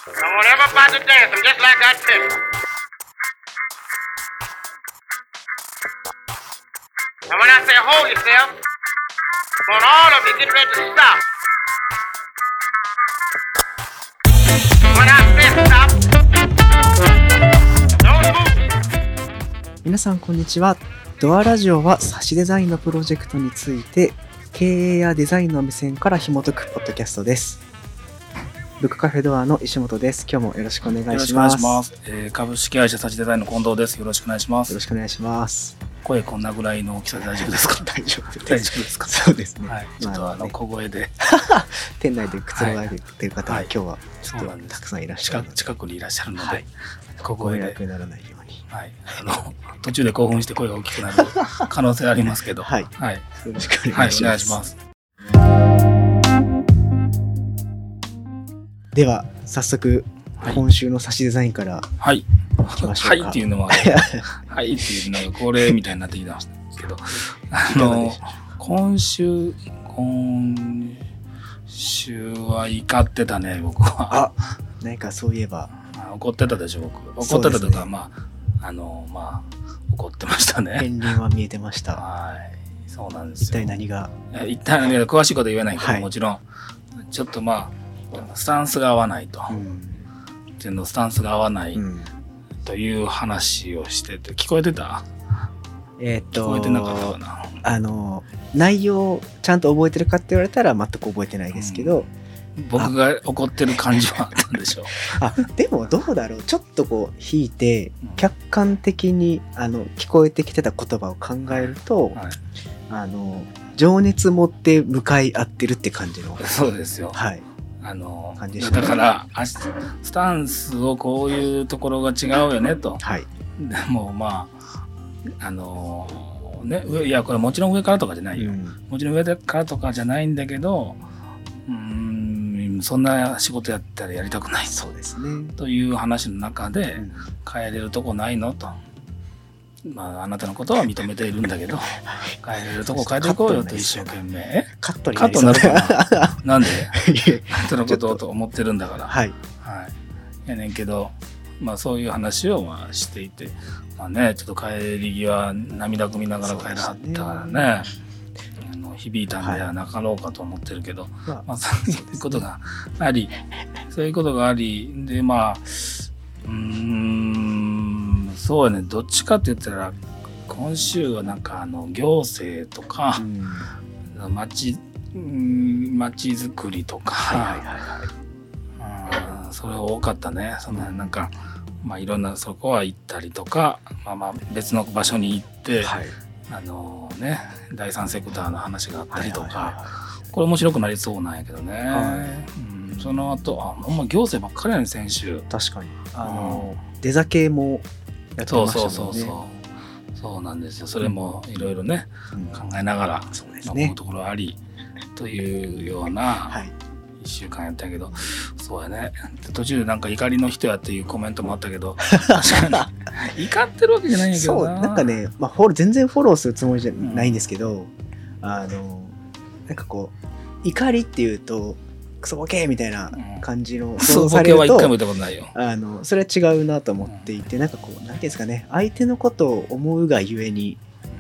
I want everybody to dance. I'm just like I tell you. And when I say hold yourself, I want all of you get ready to stop. When I say stop, don't move. 皆さんこんにちは。ドアラジオはサシデザインのプロジェクトについて経営やデザインの目線から紐解くポッドキャストです。ブックカフェドアの石本です。今日もよろしくお願いします。 よろしくお願いします。株式会社サシデザインの近藤です。よろしくお願いします。 よろしくお願いします。 声こんなぐらいの大きさで大丈夫ですか？ 大丈夫です。 大丈夫ですか？ そうですね。 はい、ちょっと小声で店内でくつろがれている方が、 はい、 今日はちょっとたくさんいらっしゃる近くにいらっしゃるので、 はい、 小声でご迷惑にならないように、 はい、途中で興奮して声が大きくなる可能性ありますけど、 はい、 はい、 よろしくお願いします。 はい、お願いします。 では早速、今週のサシデザインからはいいきましょうか。 はいっていうのははいっていうのが恒例みたいになってきましたけど、今週は怒ってたね、僕は。 何かそういえば怒ってたでしょ、僕。怒ってたとか、怒ってましたね。 片鱗は見えてました。 はい、そうなんですよ。 一体何が詳しいこと言えないけど、 はい、 もちろんちょっとスタンスが合わないと、自分のスタンスが合わないという話をしてて、聞こえてた？聞こえてなかったかな。 内容ちゃんと覚えてるかって言われたら全く覚えてないですけど、 僕が怒ってる感じはあったんでしょう。 でもどうだろう、ちょっとこう引いて客観的に聞こえてきてた言葉を考えると、情熱持って向かい合ってるって感じの。 そうですよ。 はい。感じでしたね。 だからスタンスをこういうところが違うよねと。 はい。 でもいやこれもちろん上からとかじゃないよ。もちろん上からとかじゃないんだけど、そんな仕事やったらやりたくない。 そうですね。 という話の中で、変えれるとこないのと。あなたのことは認めているんだけど、変えれるとこ変えていこうよと一生懸命。 カットになるかな。なんであなたのことをと思ってるんだから。 はい。 はい。やねんけど、そういう話をしていて、ちょっと帰り際涙ぐみながら帰らはったからね、響いたんではなかろうかと思ってるけど、そういうことがあり、でそうやね、どっちかって言ったら今週は行政とか、町づくりとか、それ多かったね。いろんなそこは行ったりとか、別の場所に行って、第三セクターの話があったりとか、これ面白くなりそうなんやけどね。その後ほんま行政ばっかりやね、先週。 確かにデザ系もやってましたもんね。 そうなんですよ。それもいろいろね、考えながら思うところありというような1週間やったけど、そうやね、途中で怒りの人やっていうコメントもあったけど、確かに怒ってるわけじゃないんやけどな。 そうね、全然フォローするつもりじゃないんですけど、怒りっていうとクソボケみたいな感じの、 クソボケは一回も言ったことないよ。 それは違うなと思っていて、なんていうんですかね、相手のことを思うがゆえに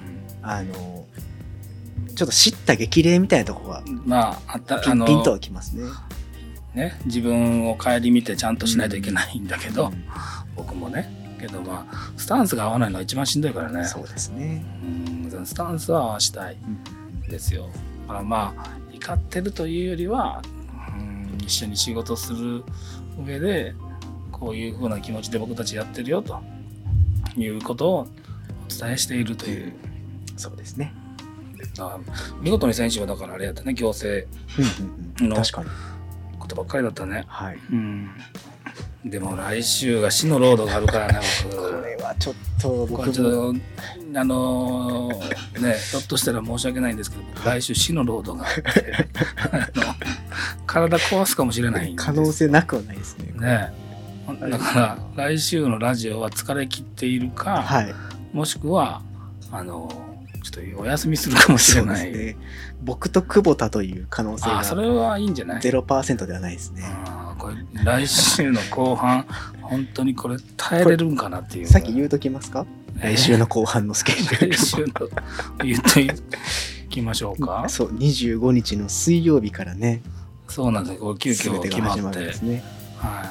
ちょっと叱咤激励みたいなところがピンとはきますね。 自分を顧みてちゃんとしないといけないんだけど、僕もね、けどスタンスが合わないのは一番しんどいからね。 そうですね。 スタンスは合わしたいですよ。だから怒ってるというよりは、一緒に仕事する上でこういう風な気持ちで僕たちやってるよということをお伝えしているという。 そうですね。 見事に先週はだからあれやったね、行政のことばっかりだったね。 はい。 でも来週が死のロードがあるからね、僕。 これはちょっと僕もひょっとしたら申し訳ないんですけど、来週死のロードがあって体壊すかもしれないんです。 可能性なくはないですね。 だから来週のラジオは疲れ切っているか、もしくはちょっとお休みするかもしれない。そうですね。 僕と久保田という可能性がそれはいいんじゃない？ 0% ではないですね。 これ来週の後半本当にこれ耐えれるんかなっていう。 さっき言うときますか？来週の後半のスケジュール。 来週の言っていきましょうか。 そう、25日の水曜日からね。 そうなんですよ。これ急遽決まって、 ですね、 はい、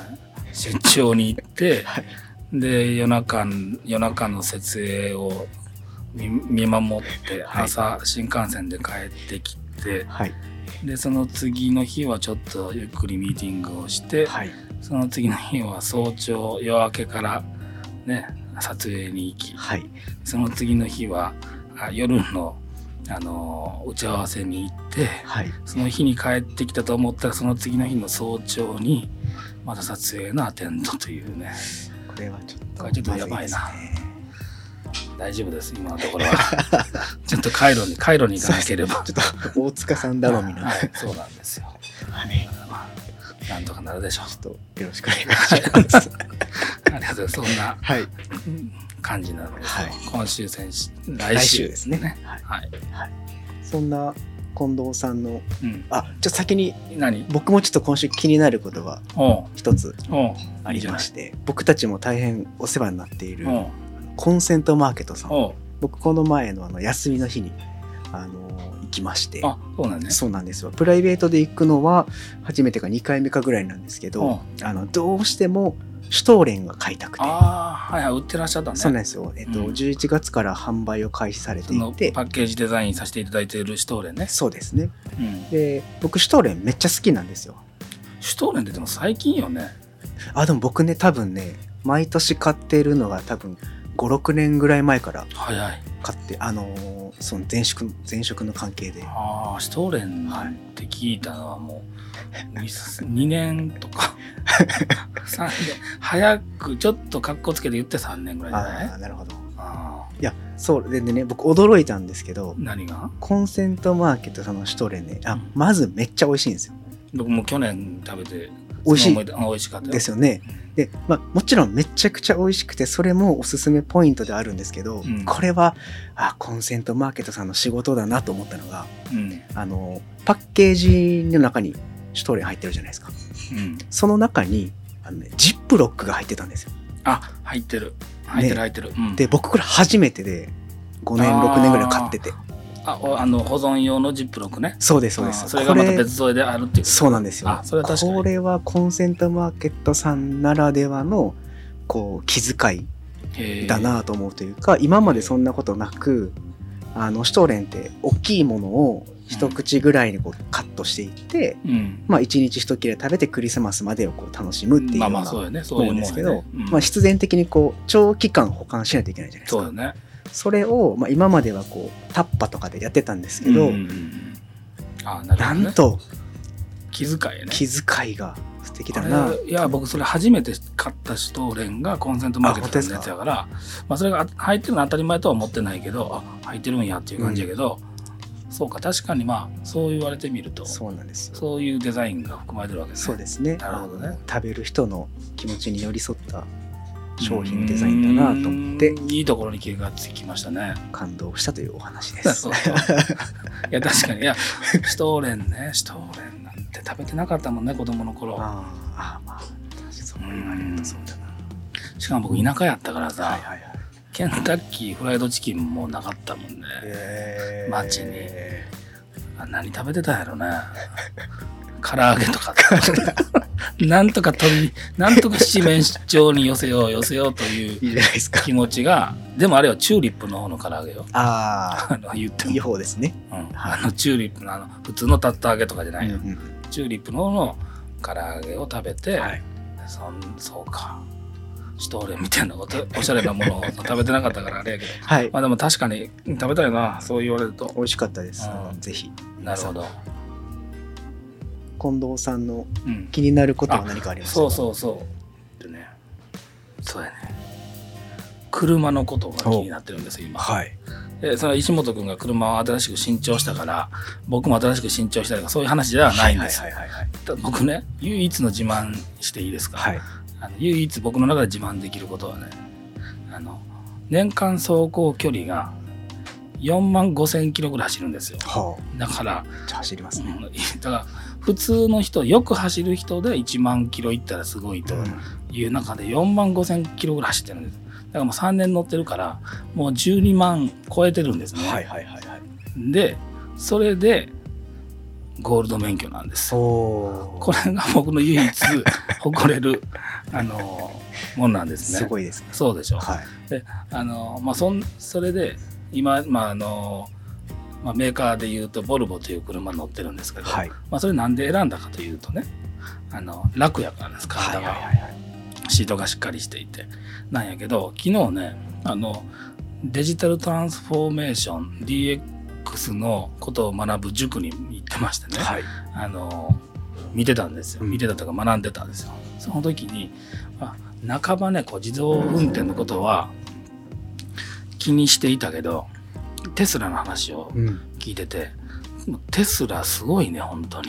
出張に行って、 はい、 で夜中の設営を見守って、はい、朝新幹線で帰ってきて、はい、でその次の日はちょっとゆっくりミーティングをして、はい、その次の日は早朝夜明けからね撮影に行き、はい、その次の日は夜の打ち合わせに行って、はい、その日に帰ってきたと思ったらその次の日の早朝にまた撮影のアテンドというね。 これはちょっとやばいな。大丈夫です今のところは。ちょっとカイロに行かなければ。 ちょっと大塚さん頼みな。 はい、そうなんですよ。はい、なんとかなるでしょう。 ちょっとよろしくお願いします。 ありがとうございます。そんな感じなので、はい、今週来週ですね。はい。はい。 そんな近藤さんの、ちょっと先に僕もちょっと今週気になることが一つありまして、僕たちも大変お世話になっているコンセントマーケットさん、僕この前の休みの日に行きまして、 そうなんね。 そうなんですよ。プライベートで行くのは初めてか2回目かぐらいなんですけど、どうしてもシュトーレンが買いたくて。 はいはい、売ってらっしゃったね。 そうなんですよ。11月から販売を開始されていて、 パッケージデザインさせていただいているシュトーレンね。 そうですね。で、僕シュトーレンめっちゃ好きなんですよ。 シュトーレンってでも最近よね。 でも僕ね、多分ね、毎年買っているのが多分5、6年ぐらい前から買って、その前職の関係で。 シュトーレンって聞いたのはもう、2年とか3年早くちょっとカッコつけて言って3年ぐらいじゃない？ なるほど。いやそうでね、僕驚いたんですけど、 何がコンセントマーケットさんのシュトーレンね、まずめっちゃ美味しいんですよ。 僕も去年食べて美味しかったですよね。で、もちろんめちゃくちゃ美味しくてそれもおすすめポイントであるんですけど、これはコンセントマーケットさんの仕事だなと思ったのが、パッケージの中にシュトーレン入ってるじゃないですか、その中にジップロックが入ってたんですよ。 入ってる、 で僕これ初めてで5年6年ぐらい買ってて、 保存用のジップロックね。 そうですそうです。 それがまた別添えであるっていう。 そうなんですよ。 それは確かに。 これはコンセントマーケットさんならではのこう気遣いだなと思うというか、今までそんなことなくシュトーレンって大きいものを一口ぐらいにこうカットしていって、一日一切れ食べてクリスマスまでをこう楽しむっていうようなものですけど、必然的にこう長期間保管しないといけないじゃないですか。 そうだね。 それを、今まではこうタッパとかでやってたんですけど、なんと気遣いね。 気遣いが素敵だな。 いや僕それ初めて買ったシュトーレンがコンセントマーケットのやつやから、それが入ってるのは当たり前とは思ってないけど、入ってるんやっていう感じやけど、そうか、確かにそう言われてみると、 そうなんですよ。 そういうデザインが含まれてるわけですね。 そうですね。 なるほどね。 食べる人の気持ちに寄り添った商品デザインだなと思って、 いいところに気がつきましたね。 感動したというお話です。 いや確かに、シュトーレンなんて食べてなかったもんね、子供の頃。 そう言われるとそうだな。 しかも僕田舎やったからさ、ケンタッキーフライドチキンもなかったもんね、街に。何食べてたんやろね。唐揚げとかなんとか七面鳥に寄せようという気持ちが、でもあれはチューリップの方の唐揚げよ。言ってもいい方ですね。 チューリップの普通のタッタ揚げとかじゃないよ、チューリップの方の唐揚げを食べて、そうか、シュトーレンみたいなおしゃれなものを食べてなかったからあれやけど、でも確かに食べたいな、そう言われると。 美味しかったです、ぜひ。 なるほど。 近藤さんの気になることは何かありますか？ そうやね。車のことが気になってるんですよ今。それは石本君が車を新しく新調したから僕も新しく新調したりとかそういう話ではないんですよ。僕ね、唯一の自慢していいですか？唯一僕の中で自慢できることはね、年間走行距離が4万5,000キロぐらい走るんですよ。だから走りますね。 だから普通の人、よく走る人で1万キロ行ったらすごいという中で4万5千キロぐらい走ってるんです。だからもう3年乗ってるからもう12万超えてるんですね。 はいはいはいはい。 でそれでゴールド免許なんです。これが僕の唯一誇れるもんなんですね。 すごいですね。 そうでしょう。 はい、 でそれで今、メーカーでいうとボルボという車乗ってるんですけど、はい、それなんで選んだかというとね、楽やからです。体が、シートがしっかりしていてなんやけど、昨日ねデジタルトランスフォーメーション DX のことを学ぶ塾に行ってましてね、はい、見てたんですよ。見てたとか学んでたんですよ。その時に半ばね自動運転のことは気にしていたけど、テスラの話を聞いてて、テスラすごいね本当に。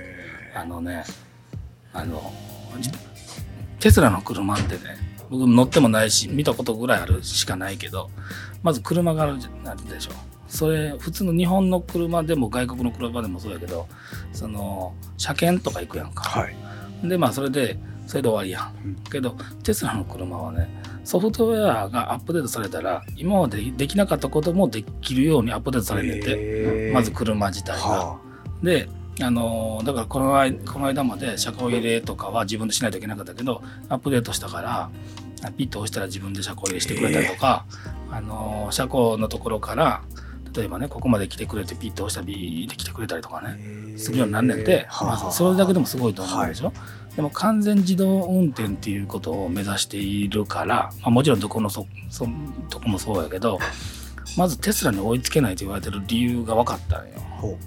テスラの車ってね、僕乗ってもないし見たことぐらいあるしかないけど、まず車があるでしょ。それ普通の日本の車でも外国の車でもそうやけど、車検とか行くやんか、はい、でそれで終わりやん、けどテスラの車はね、ソフトウェアがアップデートされたら今までできなかったこともできるようにアップデートされてて、まず車自体が、でだからこの間まで車庫入れとかは自分でしないといけなかったけど、アップデートしたからピッと押したら自分で車庫入れしてくれたりとか、車庫のところから例えばね、ここまで来てくれてピッと押したらビーで来てくれたりとかねするようになんねんて、それだけでもすごいと思うでしょ、はい、でも完全自動運転っていうことを目指しているから、もちろんどこもそうやけど、まずテスラに追いつけないと言われてる理由が分かったんよ。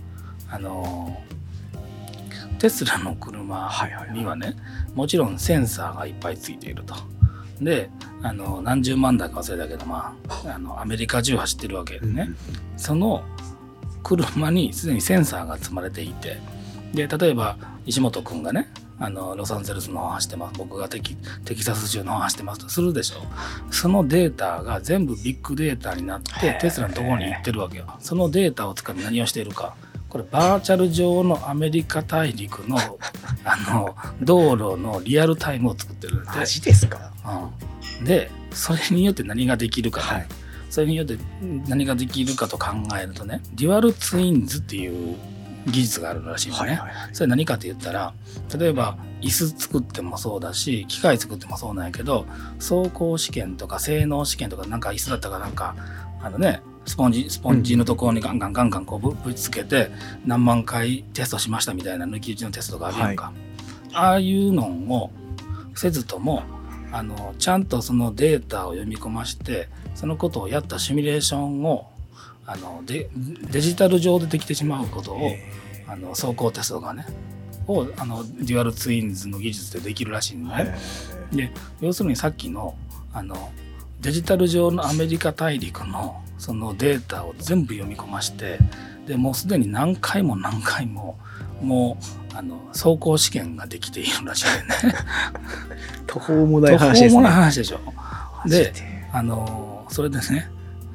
テスラの車にはね、もちろんセンサーがいっぱいついていると。で何十万台か忘れたけど、アメリカ中走ってるわけでね、その車にすでにセンサーが積まれていて、で例えば石本くんがねロサンゼルスの方走ってます、僕がテキサス州の方走ってますとするでしょ。そのデータが全部ビッグデータになってテスラのところに行ってるわけよ。そのデータを使って何をしているか、これバーチャル上のアメリカ大陸の道路のリアルタイムを作ってるんで。 マジですか？ でそれによって何ができるか、はい、それによって何ができるかと考えるとね、デュアルツインズっていう技術があるらしいんですね、それ何かって言ったら、例えば椅子作ってもそうだし機械作ってもそうなんやけど、走行試験とか性能試験とか、なんか椅子だったかなんかスポンジのところにガンガンこうぶつけて何万回テストしましたみたいな抜き打ちのテストがあるやんか、ああいうのをせずともちゃんとそのデータを読み込まして、そのことをやったシミュレーションをデジタル上でできてしまうことを走行テストがねをデュアルツインズの技術でできるらしいんで、ね、で要するにさっきのデジタル上のアメリカ大陸のそのデータを全部読み込まして、でもうすでに何回ももう走行試験ができているらしいね。 途方もない話ですね。 途方もない話でしょ。でそれでね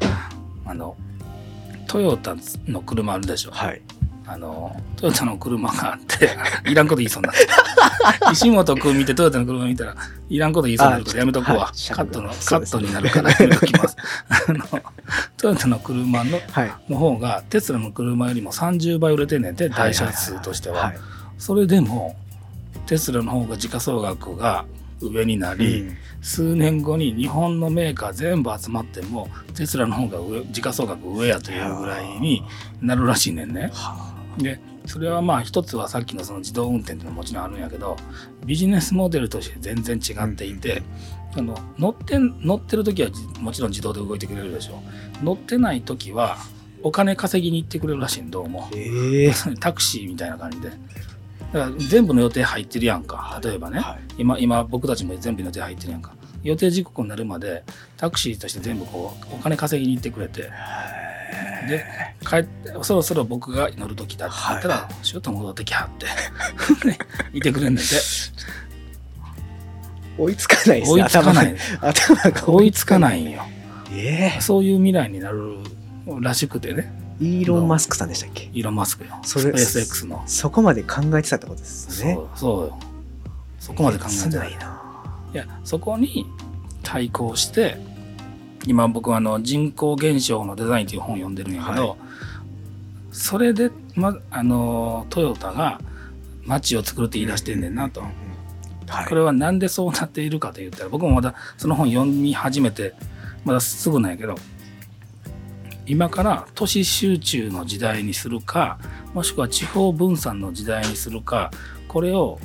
トヨタの車あるでしょ、はい、トヨタの車があっていらんこと言いそうになって石本君見てトヨタの車見たらいらんこと言いそうになるからやめとこうわ、カットになるからやめときますトヨタの車の方がテスラの車よりも30倍売れてんねんて、台車数としては。それでもテスラの方が時価総額が上になり、数年後に日本のメーカー全部集まってもテスラの方が時価総額上やというぐらいになるらしいねんね。でそれは一つはさっきのその自動運転っていうのももちろんあるんやけど、ビジネスモデルとして全然違っていて、乗ってる時はもちろん自動で動いてくれるでしょ。乗ってない時はお金稼ぎに行ってくれるらしいんどうも、タクシーみたいな感じで。だから全部の予定入ってるやんか。例えばね、今僕たちも全部の予定入ってるやんか。予定時刻になるまでタクシーとして全部こうお金稼ぎに行ってくれて、で帰ってそろそろ僕が乗る時だって言ったら、シュッと戻ってきはっていてくれんねんて。 追いつかないですね。 追いつかない。 頭が追いつかないんよ。そういう未来になるらしくてね。 イーロン・マスクさんでしたっけ？ イーロン・マスクよ。 それスペース X の。 そこまで考えてたってことですね。 そうよ。そこまで考えてないな。 いや、そこに対抗して、今僕は人口減少のデザインという本を読んでるんやけど、それで、トヨタが街を作るって言い出してんねんなと。これはなんでそうなっているかと言ったら、僕もまだその本読み始めてまだすぐなんやけど、今から都市集中の時代にするか、もしくは地方分散の時代にするか、これを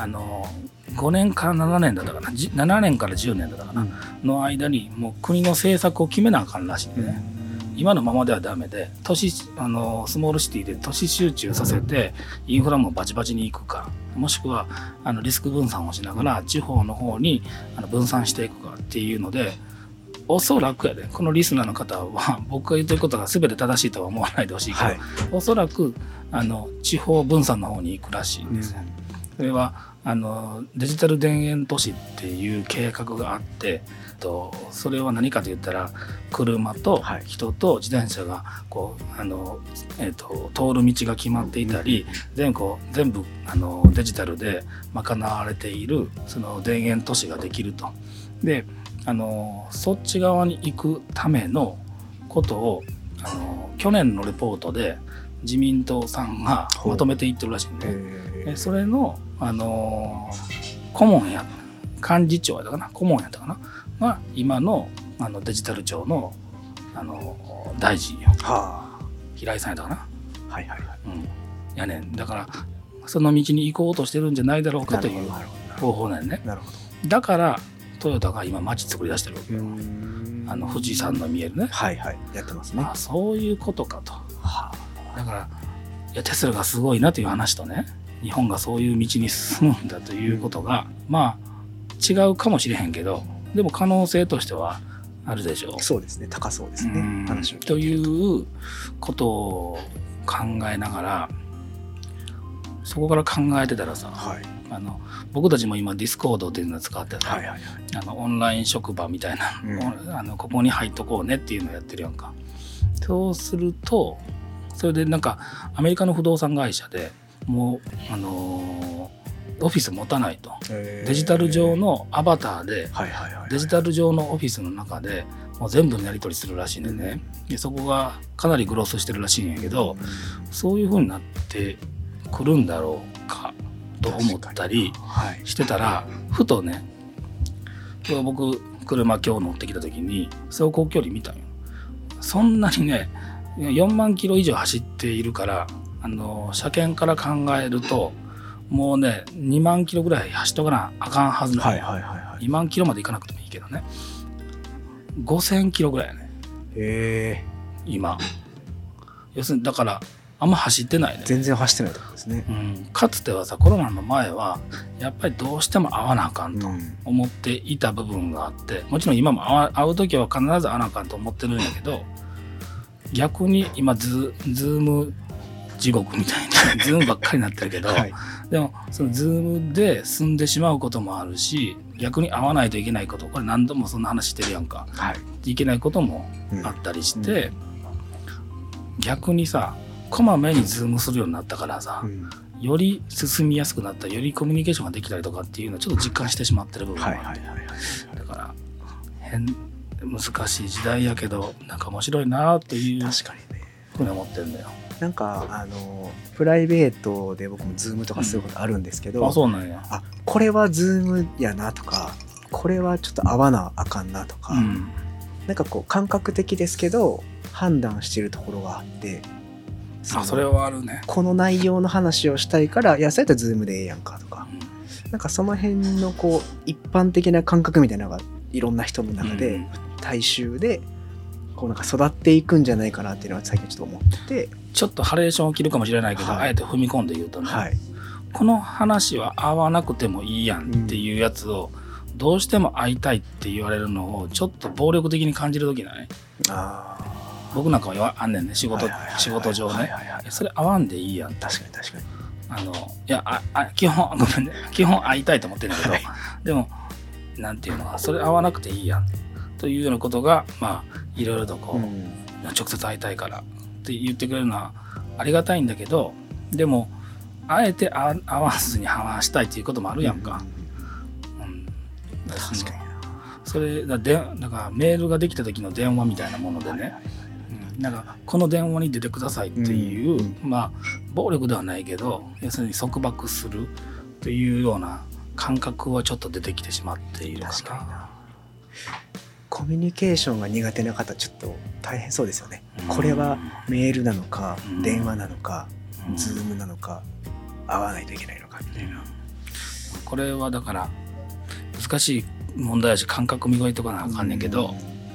5年から7年だったかな、7年から10年だったかな、の間にもう国の政策を決めなあかんらしいね。今のままではダメで、スモールシティで都市集中させてインフラもバチバチに行くか、もしくはリスク分散をしながら地方の方に分散していくかっていうので、おそらくやで、このリスナーの方は僕が言ってることが全て正しいとは思わないでほしいけど、おそらく地方分散の方に行くらしいんですね。それはデジタル田園都市っていう計画があって、それは何かと言ったら、車と人と自転車がこう通る道が決まっていたり、全部デジタルで賄われているその田園都市ができると。でそっち側に行くためのことを去年のレポートで自民党さんがまとめていってるらしいんで、それの顧問や幹事長やったかな、顧問やったかなが今のデジタル庁の大臣よ、平井さんやったかな、やねん。だからその道に行こうとしてるんじゃないだろうかという方法なんね。だからトヨタが今街作り出してるわけよ。富士山の見えるね。 やってますね。 そういうことかと。だからいやテスラがすごいなという話とね、日本がそういう道に進むんだということが、まあ違うかもしれへんけど、でも可能性としてはあるでしょう。 そうですね、高そうですね。話ということを考えながら、そこから考えてたらさ、僕たちも今ディスコードっていうのを使ってさ、オンライン職場みたいな、ここに入っとこうねっていうのをやってるやんか。そうすると、それでなんかアメリカの不動産会社でもうオフィス持たないと、デジタル上のアバターで、デジタル上のオフィスの中でもう全部やり取りするらしいね。でそこがかなりグロスしてるらしいんやけど、そういう風になってくるんだろうかと思ったりしてたら、ふとね、僕車今日乗ってきた時に走行距離見たんよ。そんなにね4万キロ以上走っているから、車検から考えるともうね2万キロぐらい走っとかなあかんはずなの。2万キロまで行かなくてもいいけどね、5000キロぐらいやね今。要するにだからあんま走ってないね。 全然走ってないってことですね。 かつてはさ、コロナの前はやっぱりどうしても会わなあかんと思っていた部分があって、もちろん今も会う時は必ず会わなあかんと思ってるんやけど、逆に今ズーム地獄みたいなズームばっかりになってるけど、でもそのズームで済んでしまうこともあるし、逆に会わないといけないこと、これ何度もそんな話してるやんか、いけないこともあったりして、逆にさこまめにズームするようになったからさ、より進みやすくなった、よりコミュニケーションができたりとかっていうのをちょっと実感してしまってる部分があって、だから難しい時代やけどなんか面白いなっていうふうに思ってるんだよ。 なんかプライベートで僕もズームとかすることあるんですけど、 そうなんや。 これはズームやなとか、これはちょっと合わなあかんなとか、なんかこう感覚的ですけど判断してるところがあって、 それはあるね。 この内容の話をしたいから、いやそうやったらズームでええやんかとか、なんかその辺のこう一般的な感覚みたいなのがいろんな人の中で大衆でこうなんか育っていくんじゃないかなっていうのは最近ちょっと思ってて、 ちょっとハレーション起きるかもしれないけど、あえて踏み込んで言うとね、この話は合わなくてもいいやんっていうやつを、どうしても会いたいって言われるのをちょっと暴力的に感じる時ない？僕なんかはあんねんね、仕事上ね、それ合わんでいいやん。 確かにいや基本ごめんね、基本会いたいと思ってるんだけど、でもなんていうのはそれ合わなくていいやんというようなことが、まあいろいろとこう、直接会いたいからって言ってくれるのはありがたいんだけど、でもあえて合わずに話したいっていうこともあるやんか。 確かにそれだからメールができた時の電話みたいなものでね、なんかこの電話に出てくださいっていう、まあ暴力ではないけど要するに束縛するというような感覚はちょっと出てきてしまっているかな。 確かにな。コミュニケーションが苦手な方ちょっと大変そうですよね。これはメールなのか、電話なのか、ズームなのか、会わないといけないのかみたいな。 これはだから難しい問題だし、感覚磨いとかなあかんねんけど、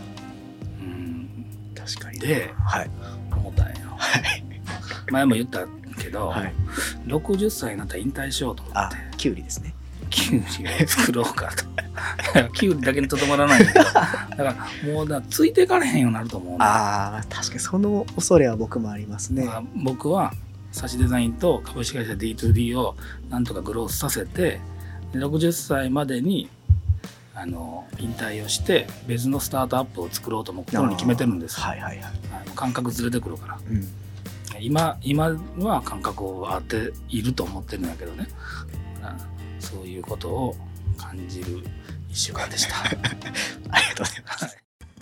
確かに。 で、 はい、 思ったんよ。 はい、 前も言ったけど、 はい、 60歳になったら引退しようと思って。 キュウリですね。 キュウリを作ろうかと。キュウリだけにとどまらないんだけど、だからもうついていかれへんようになると思う、ね。 確かにその恐れは僕もありますね。 僕はサシデザインと株式会社 D2D をなんとかグロースさせて、60歳までに引退をして別のスタートアップを作ろうと心に決めてるんです。感覚ずれてくるから、今は感覚を合っていると思ってるんだけどね。そういうことを感じる1週間でした。 ありがとうございます。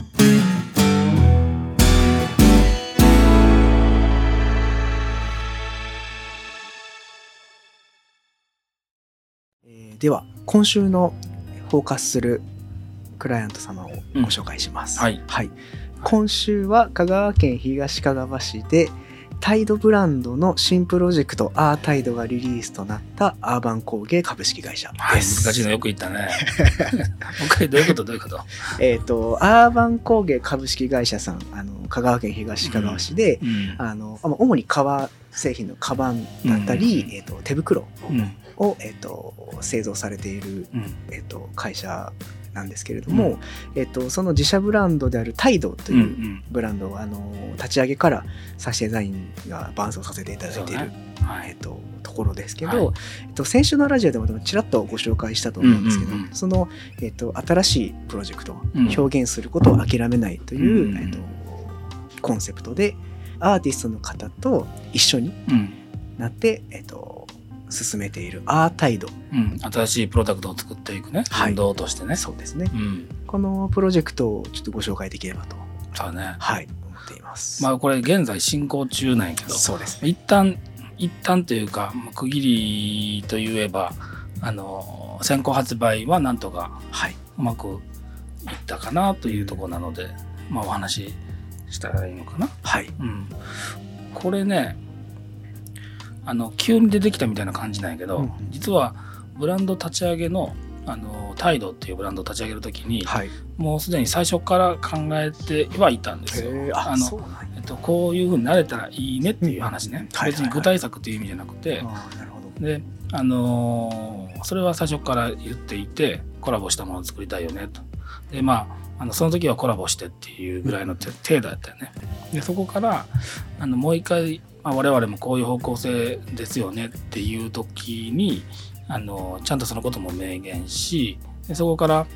では今週のフォーカスするクライアント様をご紹介します。今週は香川県東かがわ市でタイドブランドの新プロジェクトアータイドがリリースとなったアーバン工芸株式会社です。 難しいのよく言ったね。もう一回どういうことアーバン工芸株式会社さん、香川県東かがわ市で、主に革製品のカバンだったり、手袋を、製造されている、会社なんですけれども、その自社ブランドであるタイドというブランドを立ち上げからサシデザインが伴走させていただいている、ところですけど、先週のラジオでもちらっとご紹介したと思うんですけど、その、新しいプロジェクトを表現することを諦めないという、コンセプトでアーティストの方と一緒になって、進めているアータイド、 新しいプロダクトを作っていくね、運動としてね。 そうですね、このプロジェクトをちょっとご紹介できればと、 そうね、 思っています。 これ現在進行中なんやけど、 そうですね、 一旦というか区切りといえば先行発売はなんとかうまくいったかなというところなので、お話ししたらいいのかな。これね、急に出てきたみたいな感じなんやけど、実はブランド立ち上げのタイドっていうブランドを立ち上げるときに、もうすでに最初から考えてはいたんですよ。こういう風になれたらいいねっていう話ね、別に具体策っていう意味じゃなくて、でそれは最初から言っていて、コラボしたものを作りたいよねと。でその時はコラボしてっていうぐらいの程度だったよね。でそこからもう一回、我々もこういう方向性ですよねっていう時にちゃんとそのことも明言し、でそこから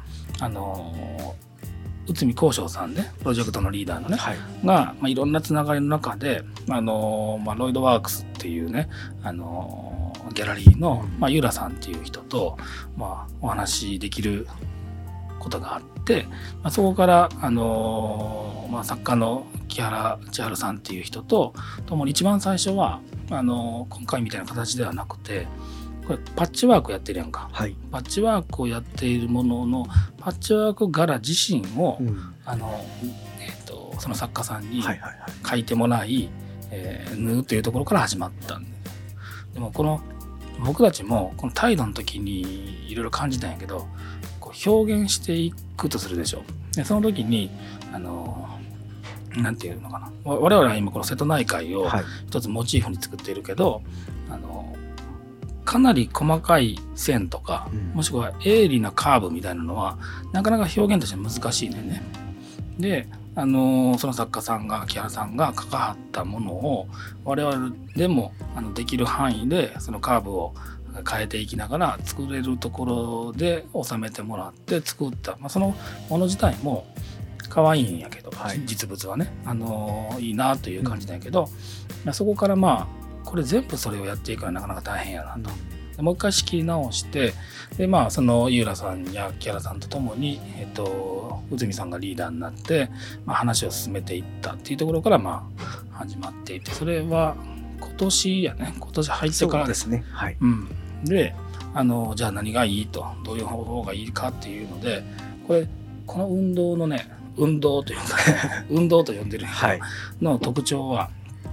内海光翔さんね、プロジェクトのリーダーのね、が、いろんなつながりの中でロイドワークスっていうねギャラリーの、ユーラさんっていう人と、お話できることがあって、そこから、作家の木原千春さんっていう人と共に一番最初は今回みたいな形ではなくて、これパッチワークやってるやんか、パッチワークをやっているもののパッチワーク柄自身を、その作家さんに書いてもらい、縫うというところから始まったんで、でも僕たちもこの態度の時にいろいろ感じたんやけど、表現していくとするでしょ。でその時になんていうのかな、我々は今この瀬戸内海を一つモチーフに作っているけど、かなり細かい線とか、もしくは鋭利なカーブみたいなのはなかなか表現として難しいね。でその作家さんが木原さんが関わったものを我々でもできる範囲でそのカーブを変えていきながら作れるところで収めてもらって作った、そのもの自体も可愛いんやけど、 はい、 実物はね、いいなという感じなんやけど、そこからまあこれ全部それをやっていくのはなかなか大変やなと。でもう一回仕切り直して、でまあその井浦さんや木原さんとともに、内海さんがリーダーになって、まあ、話を進めていったっていうところからまあ始まっていて、それは今年やね、今年入ってからですね。はい。 で、じゃあ何がいいと、どういう方法がいいかっていうので、この運動のね、運動というか、ね、運動と呼んでる人の特徴は、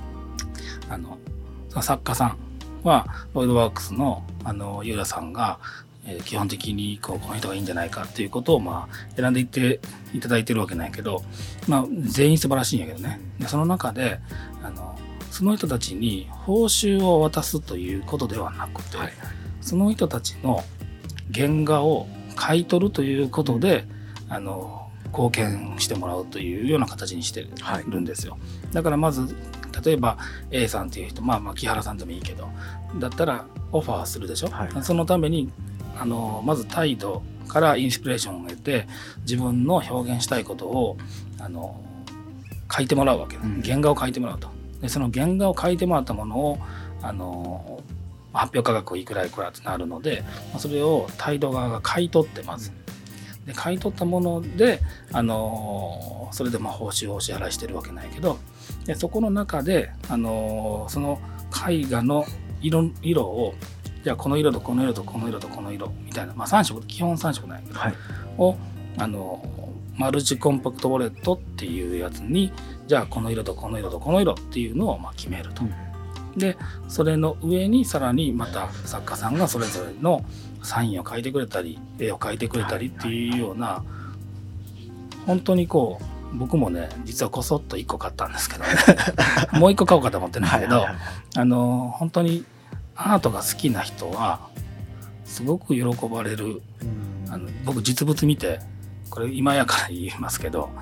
作家さんはロイドワークスの井浦さんが、基本的にこの人がいいんじゃないかっていうことをまあ選んでいっていただいてるわけなんやけど、まあ全員素晴らしいんやけどね。でその中でその人たちに報酬を渡すということではなくて、その人たちの原画を買い取るということで、貢献してもらうというような形にしてるんですよ。だからまず例えば A さんっていう人、まあ木原さんでもいいけど、だったらオファーするでしょ。そのためにまず態度からインスピレーションを得て、自分の表現したいことを書いてもらうわけ、原画を書いてもらうと。でその原画を書いてもらったものを発表価格いくらいくらってなるので、それを態度側が買い取ってまず。で買い取ったもので、それでまあ報酬をお支払いしてるわけないけど、でそこの中で、その絵画の色を、じゃあこの色とこの色とこの色とこの色みたいな、まあ3色、基本3色なんやけど、をマルチコンパクトウォレットっていうやつに、じゃあこの色とこの色とこの色っていうのをまあ決めると。でそれの上にさらにまた作家さんがそれぞれのサインを書いてくれたり絵を描いてくれたりっていうような、本当にこう僕もね実はこそっと1個買ったんですけどねもう1個買おうかと思ってないけど、本当にアートが好きな人はすごく喜ばれる。僕実物見て、これ今やから言いますけど、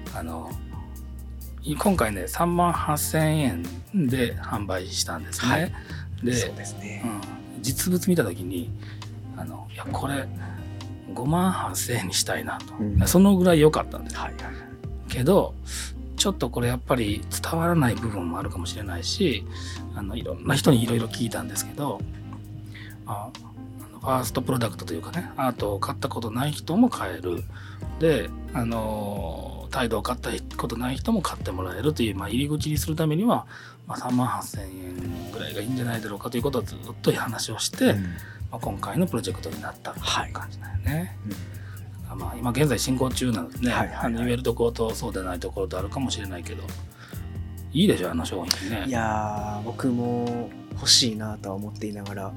今回ね38,000円で販売したんですね。でそうですね、実物見た時にいやこれ58,000円にしたいなと、そのぐらい良かったんです、けどちょっとこれやっぱり伝わらない部分もあるかもしれないし、いろんな人にいろいろ聞いたんですけど、ファーストプロダクトというかね、アートを買ったことない人も買える。で態度を買ったことない人も買ってもらえるという、入り口にするためには、38,000円ぐらいがいいんじゃないだろうかということをずっと話をして、今回のプロジェクトになったという感じだよね。今現在進行中なのでね、言えるところとそうでないところとあるかもしれないけど、いいでしょ商品ね。 いや僕も欲しいなとは思っていながら、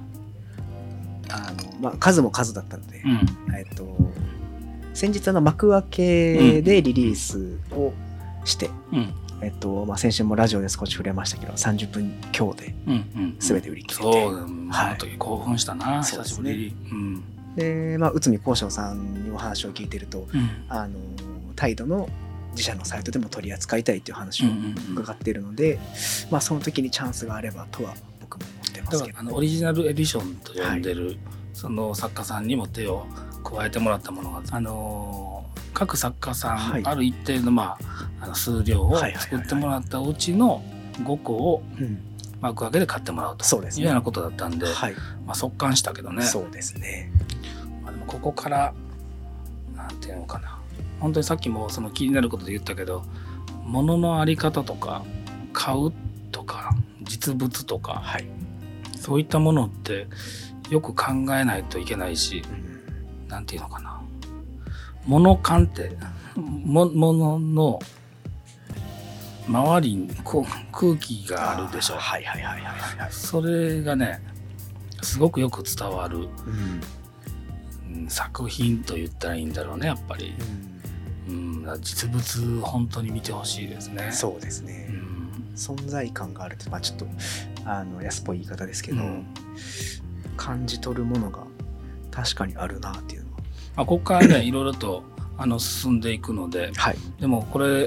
数も数だったので、先日幕開けでリリースをして、先週もラジオで少し触れましたけど30分強で全て売り切れて、 そうあの時興奮したな、久しぶりに。 で内海光翔さんにお話を聞いてると、態度の自社のサイトでも取り扱いたいという話を伺っているので、その時にチャンスがあればとは僕も思ってますけど、 だからオリジナルエディションと呼んでる、その作家さんにも手を加えてもらったものが、各作家さん、ある一定の、数量を作ってもらったうちの5個を幕開けで買ってもらうというようなことだったんで、速乾したけどね。 そうですね。 でもここからなんていうのかな、本当にさっきもその気になることで言ったけど、物のあり方とか買うとか実物とか、そういったものってよく考えないといけないし、なんていうのかな、物感って物の周りに空気があるでしょ。それがねすごくよく伝わる、作品と言ったらいいんだろうね、やっぱり。実物本当に見てほしいですね。 そうですね。存在感があるって、ちょっと安っぽい言い方ですけど、感じ取るものが確かにあるなっていうのは、 ここからねいろいろと進んでいくので、でもこれ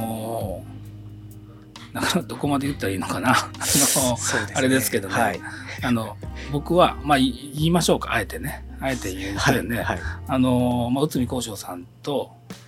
どこまで言ったらいいのかなあれですけどね、僕は言いましょうか、あえて言うとね、内海光翔さんと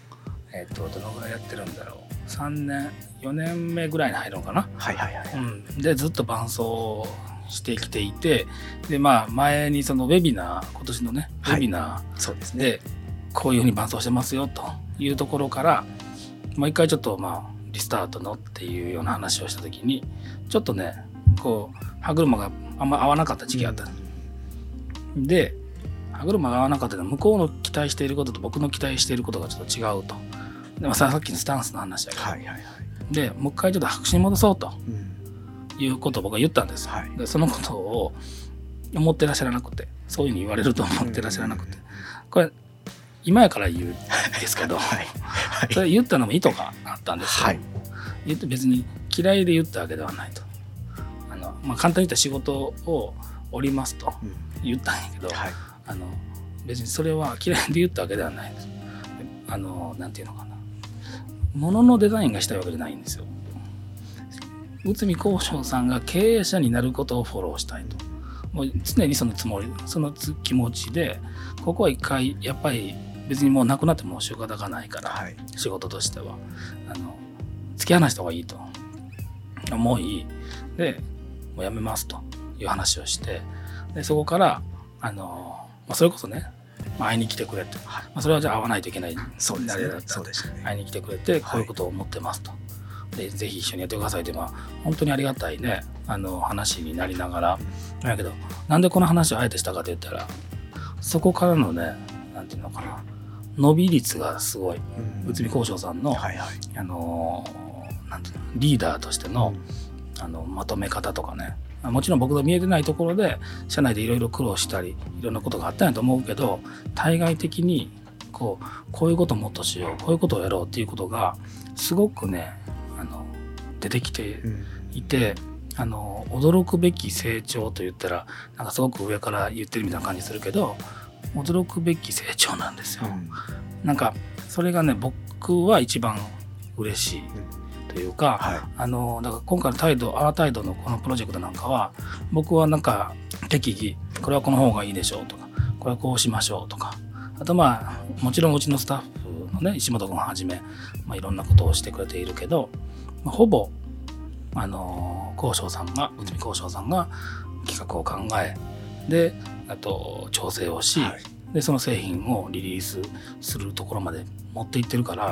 どのぐらいやってるんだろう、3年4年目ぐらいに入るのかな、 はいはいはい、 でずっと伴走してきていて、でまあ前にそのウェビナー、今年のねウェビナーでこういうふうに伴走してますよというところからもう一回ちょっとまあリスタートのっていうような話をした時にちょっとねこう歯車があんま合わなかった時期があった、で歯車が合わなかったのは向こうの期待していることと僕の期待していることがちょっと違うと。でもさっきのスタンスの話だけど、はいはいはい、でもう一回ちょっと白紙に戻そうと、いうことを僕は言ったんです、はい、でそのことを思ってらっしゃらなくて、そういうふうに言われると思ってらっしゃらなくて、これ今やから言うんですけど、はいはい、それ言ったのも意図があったんですよ、はい、別に嫌いで言ったわけではないと、まあ、簡単に言ったら仕事を降りますと言ったんやけど、はい、別にそれは嫌いで言ったわけではないです。なんていうのかな、物のデザインがしたいわけじゃないんですよ。内海興商さんが経営者になることをフォローしたいと、もう常にそのつもり、その気持ちで、ここは一回やっぱり別にもうなくなっても仕方がないから、はい、仕事としては突き放した方がいいと思いで、もうやめますという話をして、でそこからそれこそね、会いに来てくれて、それはじゃあ会わないといけない、 そうですね、 会いに来てくれて、こういうことを思ってますと、でぜひ一緒にやってくださいって、本当にありがたいね話になりながら、だけどなんでこの話をあえてしたかと言ったら、そこからのね、なんていうのかな、伸び率がすごい、内海興商さんの、はいはい、なんていうの、リーダーとしての、まとめ方とかね、もちろん僕が見えてないところで社内でいろいろ苦労したりいろんなことがあったんやと思うけど、対外的にこういうことをもっとしよう、こういうことをやろうっていうことがすごくね出てきていて、驚くべき成長と言ったらなんかすごく上から言ってるみたいな感じするけど、驚くべき成長なんですよ、なんかそれがね僕は一番嬉しいというか、はい、だから今回のアータイドのこのプロジェクトなんかは、僕はなんか適宜これはこの方がいいでしょうとか、これはこうしましょうとか、あともちろんうちのスタッフのね石本君をはじめ、いろんなことをしてくれているけど、ほぼ内海興商さんが企画を考えで、あと調整をし、はい、でその製品をリリースするところまで持っていってるから、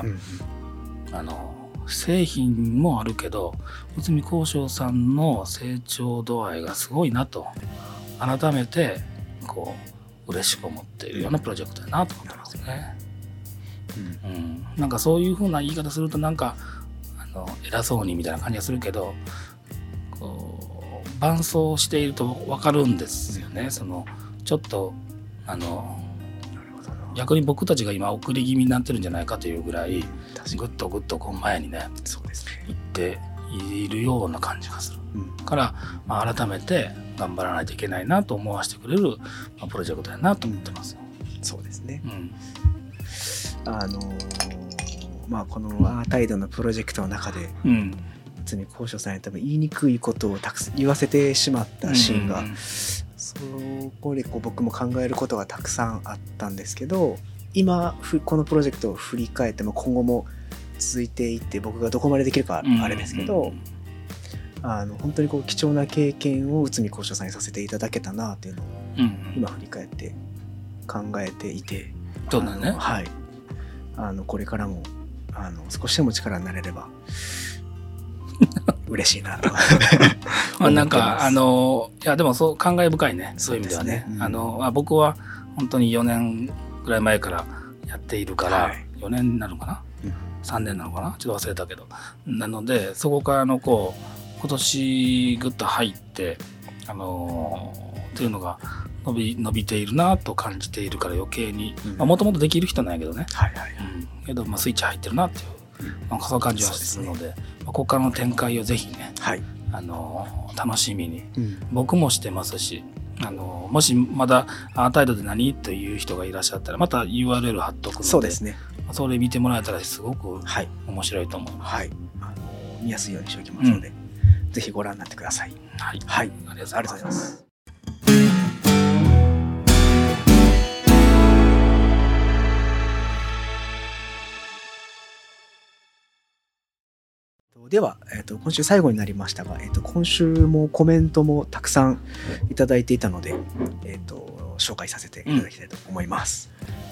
製品もあるけど内海興商さんの成長度合いがすごいなと改めて嬉しく思っているようなプロジェクトだなと思ってますね、なんかそういう風な言い方するとなんか偉そうにみたいな感じがするけど、伴走していると分かるんですよね。ちょっと逆に僕たちが今送り気味になってるんじゃないかというぐらいぐっと前にね行っているような感じがする、から、改めて頑張らないといけないなと思わせてくれる、プロジェクトだなと思ってます、 そうですね、このアータイドのプロジェクトの中で、内海興商さんに多分言いにくいことをたくさん言わせてしまったシーンが、そこで僕も考えることがたくさんあったんですけど、今このプロジェクトを振り返っても今後も続いていって僕がどこまでできるかあれですけど、本当に貴重な経験を内海興商さんにさせていただけたなっていうのを今振り返って考えていて、 そうだね、 はい、これからも少しでも力になれれば嬉しいなとなんかいやでもそう感慨深いね、そういう意味ではね、僕は本当に4年ぐらい前からやっているから、4年になるのかな、3年なのかな、ちょっと忘れたけど、なのでそこから今年ぐっと入ってっていうのが伸びているなと感じているから余計に、もともとできる人なんやけどね、けどスイッチ入ってるなっていう、そういう感じはするので、ここからの展開をぜひね、楽しみに、僕もしてますし、もしまだアータイドで何という人がいらっしゃったらまた URL 貼っとくので、 そうですね、 それ見てもらえたらすごく面白いと思います、 見やすいようにしておきますので、ぜひご覧になってください。 ありがとうございます。 では、今週最後になりましたが、今週もコメントもたくさんいただいていたので、紹介させていただきたいと思います。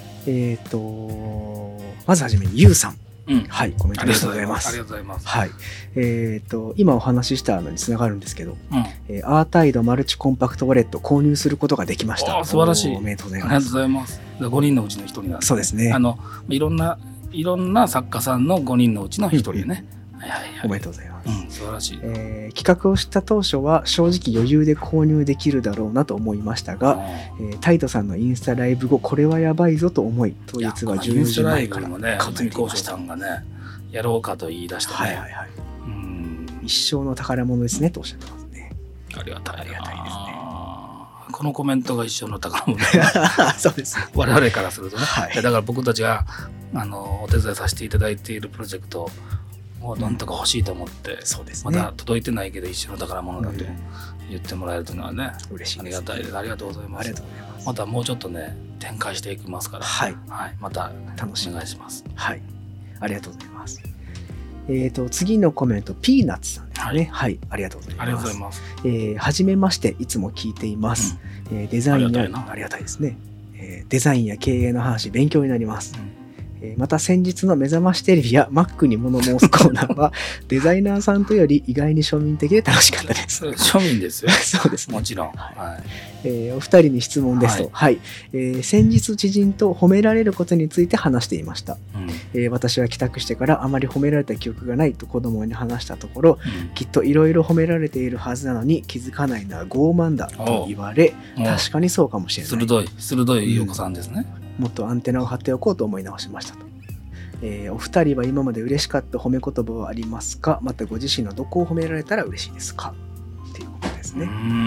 まずはじめにゆうさん、はい、コメントありがとうございます。 ありがとうございます。 はい、今お話ししたのにつながるんですけど、アータイドマルチコンパクトウォレット購入することができました。 素晴らしい。 おめでとうございます。 ありがとうございます。5人のうちの1人なんです。 そうですね。 いろんな作家さんの5人のうちの1人ね。 おめでとうございます。 素晴らしい。 企画をした当初は正直余裕で購入できるだろうなと思いましたが、タイトさんのインスタライブ後これはやばいぞと思い、当日は14時前から考えていました。さんがね、やろうかと言い出してね。一生の宝物ですねとおっしゃってますね。 ありがたいですね。このコメントが一生の宝物そうです、ね、 我々からするとね、だから僕たちがお手伝いさせていただいているプロジェクトをなんとか欲しいと思って、まだ届いてないけど一生の宝物だと言ってもらえるというのはね、 嬉しいですね。 ありがたいです。ありがとうございます。 ありがとうございます。 またもうちょっとね展開していきますから、また楽しみお願いします。 はい、ありがとうございます。次のコメント、ピーナッツさんですね。はい、ありがとうございます。 ありがとうございます。 はじめまして、いつも聞いています。デザインやありがたいですね。デザインや経営の話、勉強になります。また先日の目覚ましテレビや Mac に物申すコーナーはデザイナーさんとより意外に庶民的で楽しかったです。 庶民ですよ。 そうですね。 もちろん。 お二人に質問ですと、先日知人と褒められることについて話していました。私は帰宅してからあまり褒められた記憶がないと子供に話したところ、きっといろいろ褒められているはずなのに気づかないのは傲慢だと言われ、確かにそうかもしれない。 鋭いお子さんですね。 もっとアンテナを張っておこうと思い直しましたと。お二人は今まで嬉しかった褒め言葉はありますか？またご自身のどこを褒められたら嬉しいですか？っていうことですね。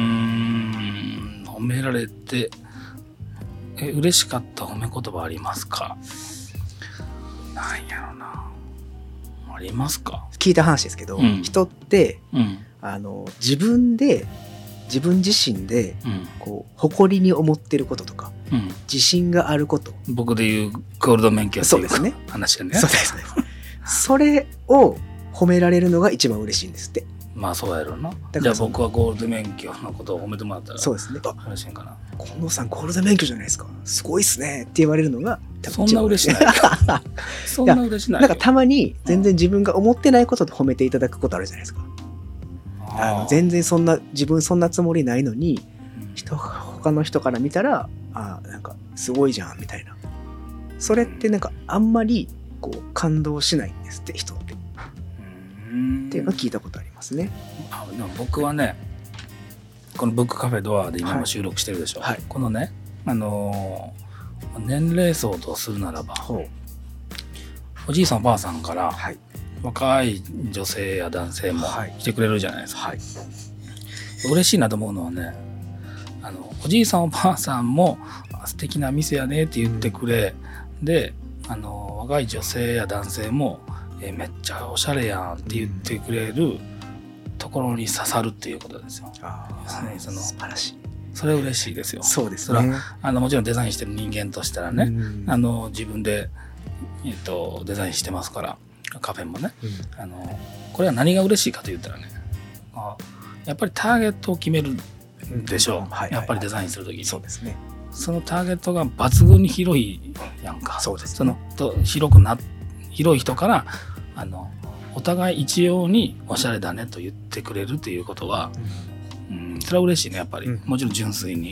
褒められて嬉しかった褒め言葉ありますか？なんやろな。ありますか？ 聞いた話ですけど、人って、自分自身でこう誇りに思ってることとか、自信があること、 僕でいうゴールド免許っていう話がね。 そうですね。それを褒められるのが一番嬉しいんですって。 まあそうやろうな。じゃあ僕はゴールド免許のことを褒めてもらったら、そうですね。嬉しいんかな。 近藤さんゴールド免許じゃないですか。すごいっすねって言われるのがそんな嬉しない。そんな嬉しない。 なんかたまに全然自分が思ってないことで褒めていただくことあるじゃないですか。全然自分そんなつもりないのに、他の人から見たらなんかすごいじゃんみたいな。それってなんかあんまりこう感動しないんですって人って。っていうのを聞いたことありますね。 僕はね、このブックカフェドアで今も収録してるでしょ。このね、年齢層とするならば、おじいさんおばあさんから、若い女性や男性も来てくれるじゃないですか。嬉しいなと思うのはね、おじいさんおばあさんも素敵な店やねって言ってくれ、で若い女性や男性もめっちゃおしゃれやんって言ってくれるところに刺さるっていうことですよ。 素晴らしい。 それ嬉しいですよ。 そうですね。 もちろんデザインしてる人間としたらね、自分で、デザインしてますから、カフェもね、これは何が嬉しいかと言ったらね、やっぱりターゲットを決めるでしょう。やっぱりデザインするときに。 そうですね。 そのターゲットが抜群に広いやんか。 そうですね。 広い人からお互い一様におしゃれだねと言ってくれるということは、それは嬉しいね、やっぱり。もちろん純粋に。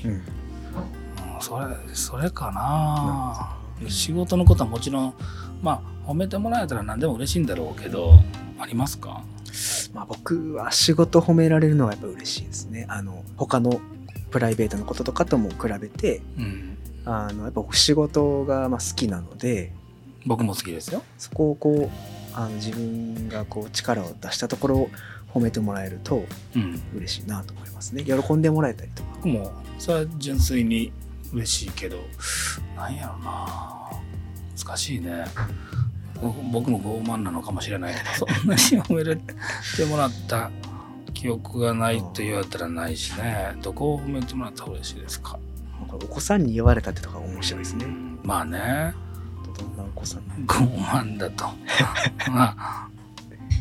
それかな。仕事のことはもちろん、褒めてもらえたら何でも嬉しいんだろうけど、ありますか？ 僕は仕事褒められるのはやっぱ嬉しいですね。他のプライベートのこととかとも比べて、やっぱ仕事が好きなので、 僕も好きですよ。 そこをこう自分がこう力を出したところを褒めてもらえると嬉しいなと思いますね。喜んでもらえたりとか。 僕もそれは純粋に嬉しいけど、なんやろな、難しいね。僕も傲慢なのかもしれないけど、そんなに褒めてもらった記憶がないと言われたらないしね。どこを褒めてもらったら嬉しいですか？ お子さんに言われたってとか面白いですね。 まあね。 どんなお子さん？ 傲慢だと。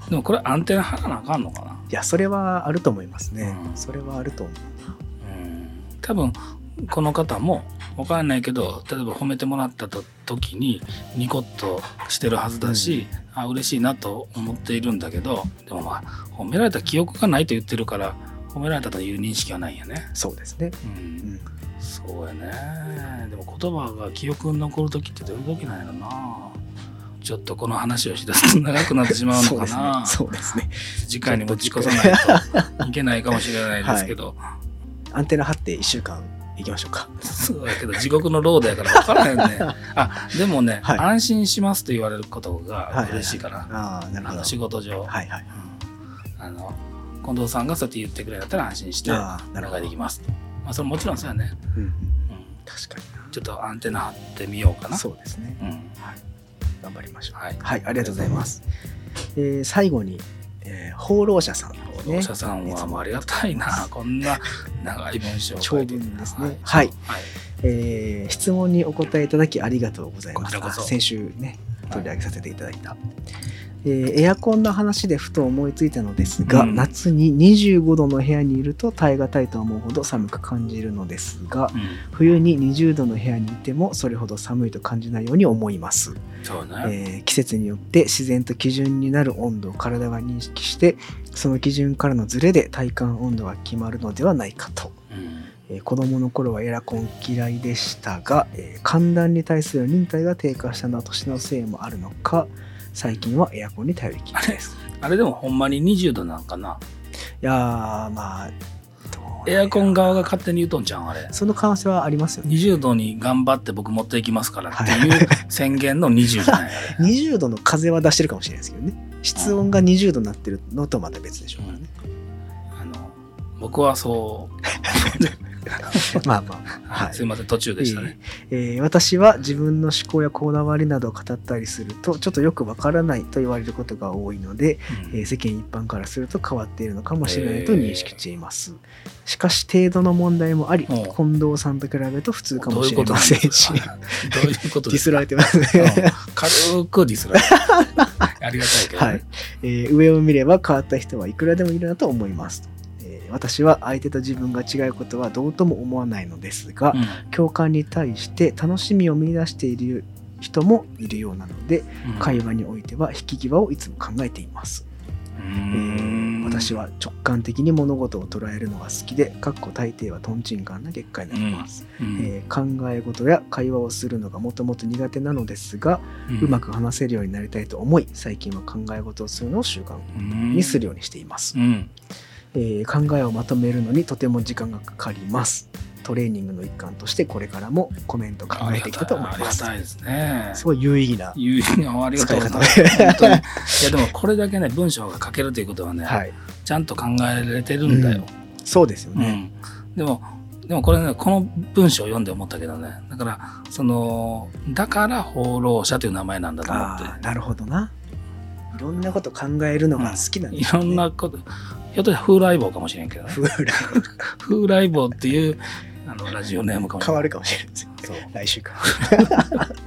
でもこれアンテナ張らなあかんのかな。 いや、それはあると思いますね。 うんそれはあると思う。 多分この方も分からないけど、例えば褒めてもらった時にニコッとしてるはずだし、あ、嬉しいなと思っているんだけど、でもまあ褒められた記憶がないと言ってるから褒められたという認識はないよね。 そうですね。 うんそうやね。でも言葉が記憶に残る時ってどういう時なんやろな。ちょっとこの話をしだすと長くなってしまうのかな。 そうですね。 次回に持ち越さないといけないかもしれないですけど、 アンテナ張って1週間行きましょうか。 そうだけど地獄のロードやから分からへんね。あ、でもね、 はい安心しますと言われることが嬉しいかな。 ああ、なるほど。 仕事上、 はいはい。 近藤さんがそうやって言ってくれるんだったら安心しておああ、なるほど。 願いできますと。まあそれもちろんそうやね。 うんうんうん確かにちょっとアンテナ張ってみようかな。 そうですね。 うんはい。頑張りましょう。 はい。 はい、ありがとうございます。最後に、放浪者さんですね。 放浪者さんはもうありがたいな。こんな長い文章を長書いて文ですね。 はい。 はい質問にお答えいただきありがとうございます。 こちらこそ先週ね、取り上げさせていただいた。エアコンの話でふと思いついたのですが、 うん夏に25度の部屋にいると耐え難いと思うほど寒く感じるのですが、 うん冬に20度の部屋にいてもそれほど寒いと感じないように思います。 そうね。 季節によって自然と基準になる温度を体が認識してその基準からのズレで体感温度が決まるのではないかと。子供の頃はエアコン嫌いでしたが、寒暖に対する忍耐が低下したのは年のせいもあるのか最近はエアコンに頼りきりです。 あれでもほんまに20度なんかな。 いやーまあエアコン側が勝手に言うとんちゃうんあれ。 その可能性はありますよね。 20度に頑張って僕持っていきますからっていう宣言の20じゃないあれ。 20度の風は出してるかもしれないですけどね。室温が20度になってるのとまた別でしょうからね。 僕はそうまあまあ、はい。 すいません途中でしたね。 私は自分の思考やこだわりなどを語ったりするとちょっとよくわからないと言われることが多いので、世間一般からすると変わっているのかもしれないと認識しています。しかし程度の問題もあり、近藤さんと比べると普通かもしれませんし、 どういうことディですか。 スられてますね。 軽くディスられてありがたいけどはねい。上を見れば変わった人はいくらでもいるなと思いますと。私は相手と自分が違うことはどうとも思わないのですが、共感に対して楽しみを見出している人もいるようなので、会話においては引き際をいつも考えています。私は直感的に物事を捉えるのが好きで、大抵はトンチンカンな結果になります。考え事や会話をするのがもともと苦手なのですが、うまく話せるようになりたいと思い、最近は考え事をするのを習慣にするようにしています。考えをまとめるのにとても時間がかかります。トレーニングの一環としてこれからもコメント考えていきたいと思います。 ありがたいですね。 すごい有意義な有意義なありがとうございます。 使い方本当にいやでもこれだけね文章が書けるということはね、 はい、 ちゃんと考えられてるんだよ。 そうですよね。 でもこれねこの文章を読んで思ったけどね、だからだから放浪者という名前なんだと思って。 なるほどな。いろんなこと考えるのが好きなんですね。 いろんなこと。ひょっとして風来坊かもしれんけどね。風来坊っていうラジオネームかも変わるかもしれないです。そう来週かだ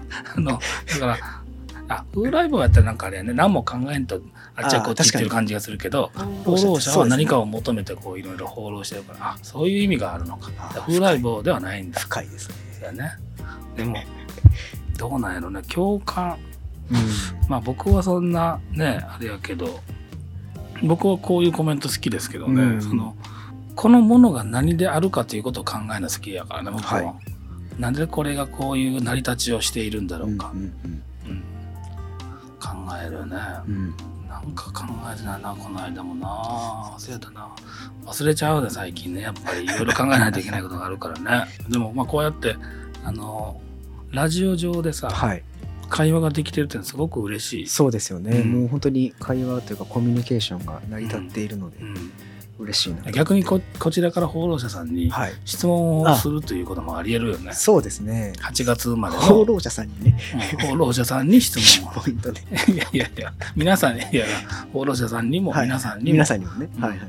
から風来坊やったらなんかあれやね、何も考えんとあっちはこっちっていう感じがするけど、放浪者は何かを求めてこういろいろ放浪してるから、そういう意味があるのか。風来坊ではないんだ。 深いですね。 だね。でもどうなんやろね、共感。まあ僕はそんなねあれやけど、僕はこういうコメント好きですけどね、このものが何であるかということを考えるの好きやからね、僕は。なんでこれがこういう成り立ちをしているんだろうか。考えるね。なんか考えてないな、この間もな。忘れたな。忘れちゃうで最近ね、やっぱりいろいろ考えないといけないことがあるからね。でもまあこうやってラジオ上でさ、会話ができてるってのはすごく嬉しい。 そうですよね、もう本当に会話というかコミュニケーションが成り立っているので、嬉しいな。 逆にこちらから放浪者さんに質問をするということもありえるよね。 そうですね。 8月生まれの放浪者さんにね、 放浪者さんに質問をポイントね。 いや皆さんに、放浪者さんにも皆さんにも皆さんにもね、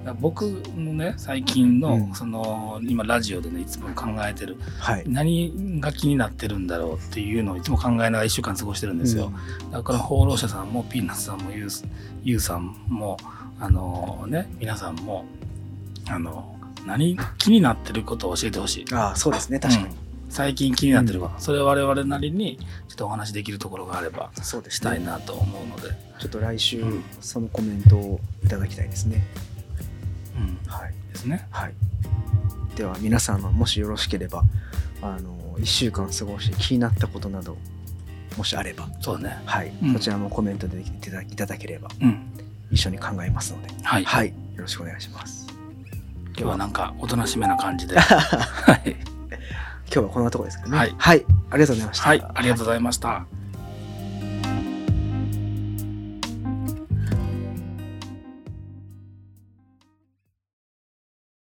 僕のね最近の、 うんその今ラジオでねいつも考えてるはい。 何が気になってるんだろうっていうのをいつも考えながら1週間過ごしてるんですよ。だから放浪者さんもピーナッツさんもゆうさんも皆さんも何気になってることを教えてほしい。 ああ、そうですね。確かに。 最近気になってること、それを我々なりにちょっとお話できるところがあればそうですしたいね。 なと思うので、 ちょっと来週うんそのコメントをいただきたいですね。はい。 ですね。 はい。では皆さんもしよろしければ1週間過ごして気になったことなどもしあれば、 そうだね。 はい、 うんこちらもコメントでいただければうん。 一緒に考えますので、 はい。 はい、よろしくお願いします。 今日はなんかおとなしめな感じで。はい。 今日はこんなところですかね。 はいはい、ありがとうございました。 はい。ありがとうございました。